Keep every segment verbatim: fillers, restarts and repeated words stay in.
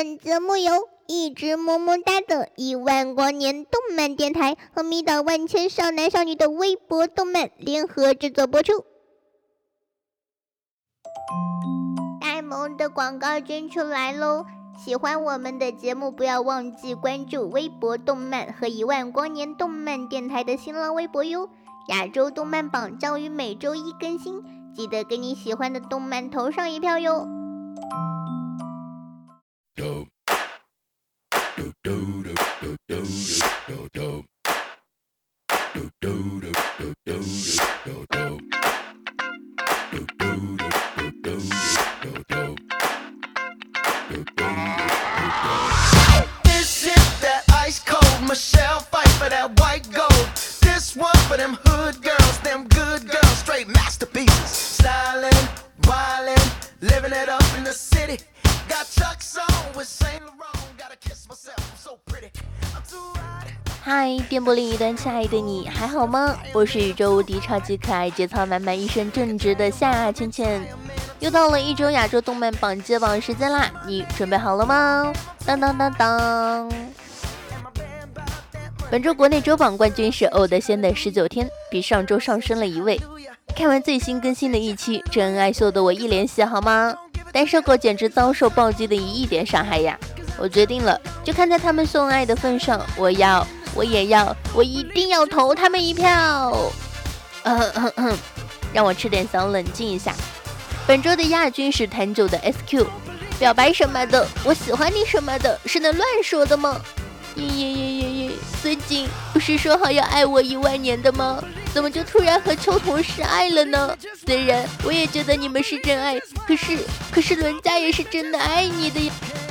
本节目由一直么么哒的亿万光年动漫电台和迷倒万千少男少女的微博动漫联合制作播出。呆萌的广告捐出来咯，喜欢我们的节目不要忘记关注微博动漫和亿万光年动漫电台的新浪微博哟。亚洲动漫榜将于每周一更新，记得给你喜欢的动漫投上一票哟。 Michelle fight for that white gold. This one for them hood girls, them good girls, straight masterpieces. Stylin', wildin', living it up in the city. Got Chuck's on with Saint Laurent. Gotta kiss myself, I'm so pretty. I'm too hot. 嗨，电波另一端，亲爱的你还好吗？我是宇宙无敌超级可爱、节操满满、一身正直的夏倩倩。又到了一周亚洲动漫榜揭榜时间啦，你准备好了吗？当当当当。本周国内周榜冠军是欧德仙的十九天，比上周上升了一位。看完最新更新的一期，真恩爱秀的我一脸喜好吗？单身狗简直遭受暴击的一亿点伤害呀！我决定了，就看在他们送爱的份上，我要，我也要，我一定要投他们一票。呃咳咳让我吃点小冷静一下。本周的亚军是弹酒的 S Q， 表白什么的，我喜欢你什么的，是能乱说的吗？耶耶耶耶耶！孙景不是说好要爱我一万年的吗？怎么就突然和秋桐示爱了呢？虽然我也觉得你们是真爱，可是可是伦家也是真的爱你的呀。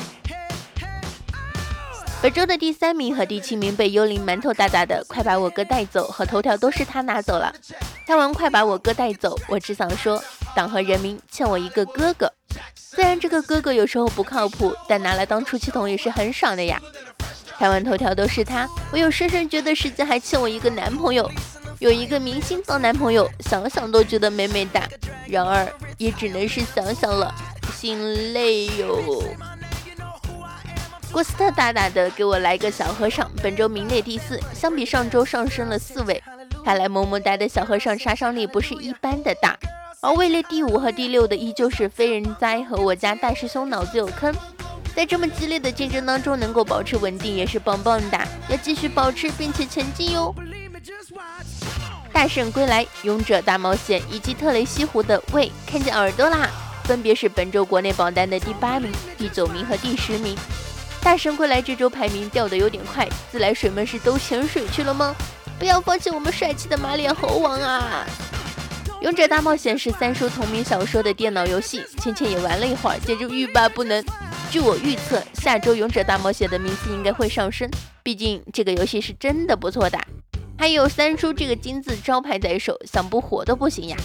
本周的第三名和第七名被幽灵馒头大大的快把我哥带走和头条都是他拿走了。看完快把我哥带走，我只想说，党和人民欠我一个哥哥。虽然这个哥哥有时候不靠谱，但拿来当出气筒也是很爽的呀。看完头条都是他，我有深深觉得世界还欠我一个男朋友，有一个明星当男朋友，想想都觉得美美哒。然而也只能是想想了，心累哟。郭斯特大大的给我来个小和尚，本周名列第四，相比上周上升了四位。看来萌萌哒的小和尚杀伤力不是一般的大，而位列第五和第六的依旧是非人哉和我家大师兄脑子有坑。在这么激烈的竞争当中能够保持稳定也是棒棒的，要继续保持并且前进哟。大圣归来、勇者大冒险以及特雷西湖的喂看见耳朵啦，分别是本周国内榜单的第八名、第九名和第十名。大圣归来这周排名掉得有点快，自来水们是都潜水去了吗？不要放弃我们帅气的马脸猴王啊！勇者大冒险是三叔同名小说的电脑游戏，倩倩也玩了一会儿，简直欲罢不能。据我预测，下周勇者大冒险的名次应该会上升，毕竟这个游戏是真的不错的，还有三叔这个金字招牌在手，想不火都不行呀。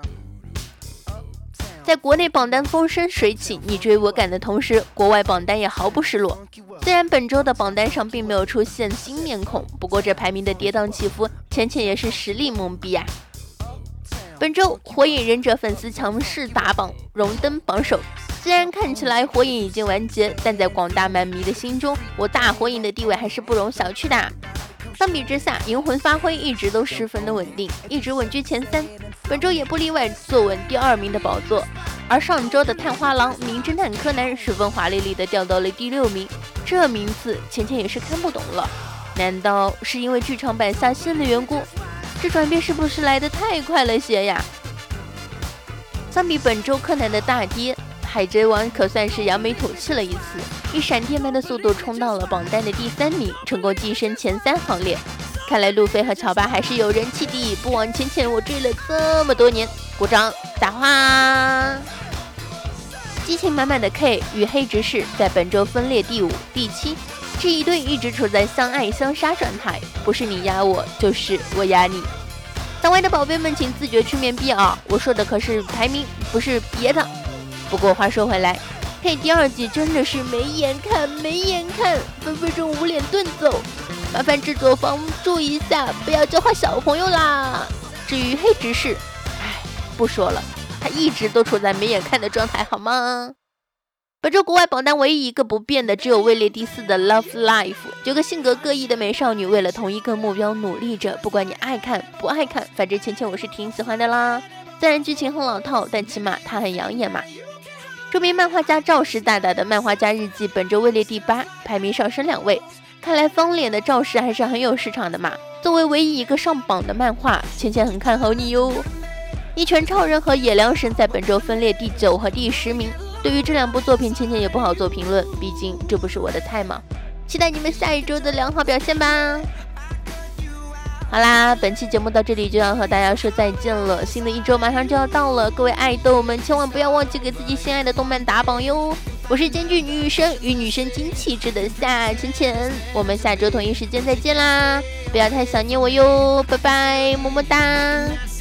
在国内榜单风生水起、你追我赶的同时，国外榜单也毫不失落。虽然本周的榜单上并没有出现新面孔，不过这排名的跌宕起伏，浅浅也是实力懵逼啊。本周火影忍者粉丝强势打榜，荣登榜首。虽然看起来火影已经完结，但在广大漫迷的心中，我大火影的地位还是不容小觑的。相比之下，银魂发挥一直都十分的稳定，一直稳居前三，本周也不例外，坐稳第二名的宝座。而上周的探花郎、名侦探柯南十分华丽丽的掉到了第六名，这名次浅浅也是看不懂了。难道是因为剧场版下线的缘故？这转变是不是来得太快了些呀？相比本周柯南的大跌，海贼王可算是扬眉吐气了一次，以闪电般的速度冲到了榜单的第三名，成功跻身前三行列。看来路飞和乔巴还是有人气的，不枉浅浅我追了这么多年，鼓掌撒花。激情满满的 K 与黑执事在本周分列第五、第七，这一对一直处在相爱相杀状态，不是你压我，就是我压你。党外的宝贝们请自觉去面壁啊！我说的可是排名，不是别的。不过话说回来，K 第二季真的是没眼看没眼看，分分钟捂脸遁走，麻烦制作方注意一下，不要教坏小朋友啦。至于黑执事，唉，不说了，他一直都处在没眼看的状态，好吗？ 本周国外榜单唯一一个不变的只有位列第四的 Love Life， 九个性格各异的美少女为了同一个目标努力着，不管你爱看不爱看，反正芊芊我是挺喜欢的啦。虽然剧情很老套，但起码它很养眼嘛。著名漫画家赵石大大的漫画家日记本周位列第八，排名上升两位。看来方脸的赵石还是很有市场的嘛。作为唯一一个上榜的漫画，芊芊很看好你哟。一拳超人和野良神在本周分列第九和第十名。对于这两部作品，芊芊也不好做评论，毕竟这不是我的菜嘛。期待你们下一周的良好表现吧。好啦，本期节目到这里就要和大家说再见了，新的一周马上就要到了，各位爱豆们千万不要忘记给自己心爱的动漫打榜哟。我是兼具女神与女神经气质的夏芊芊，我们下周同一时间再见啦，不要太想念我哟，拜拜，么么哒。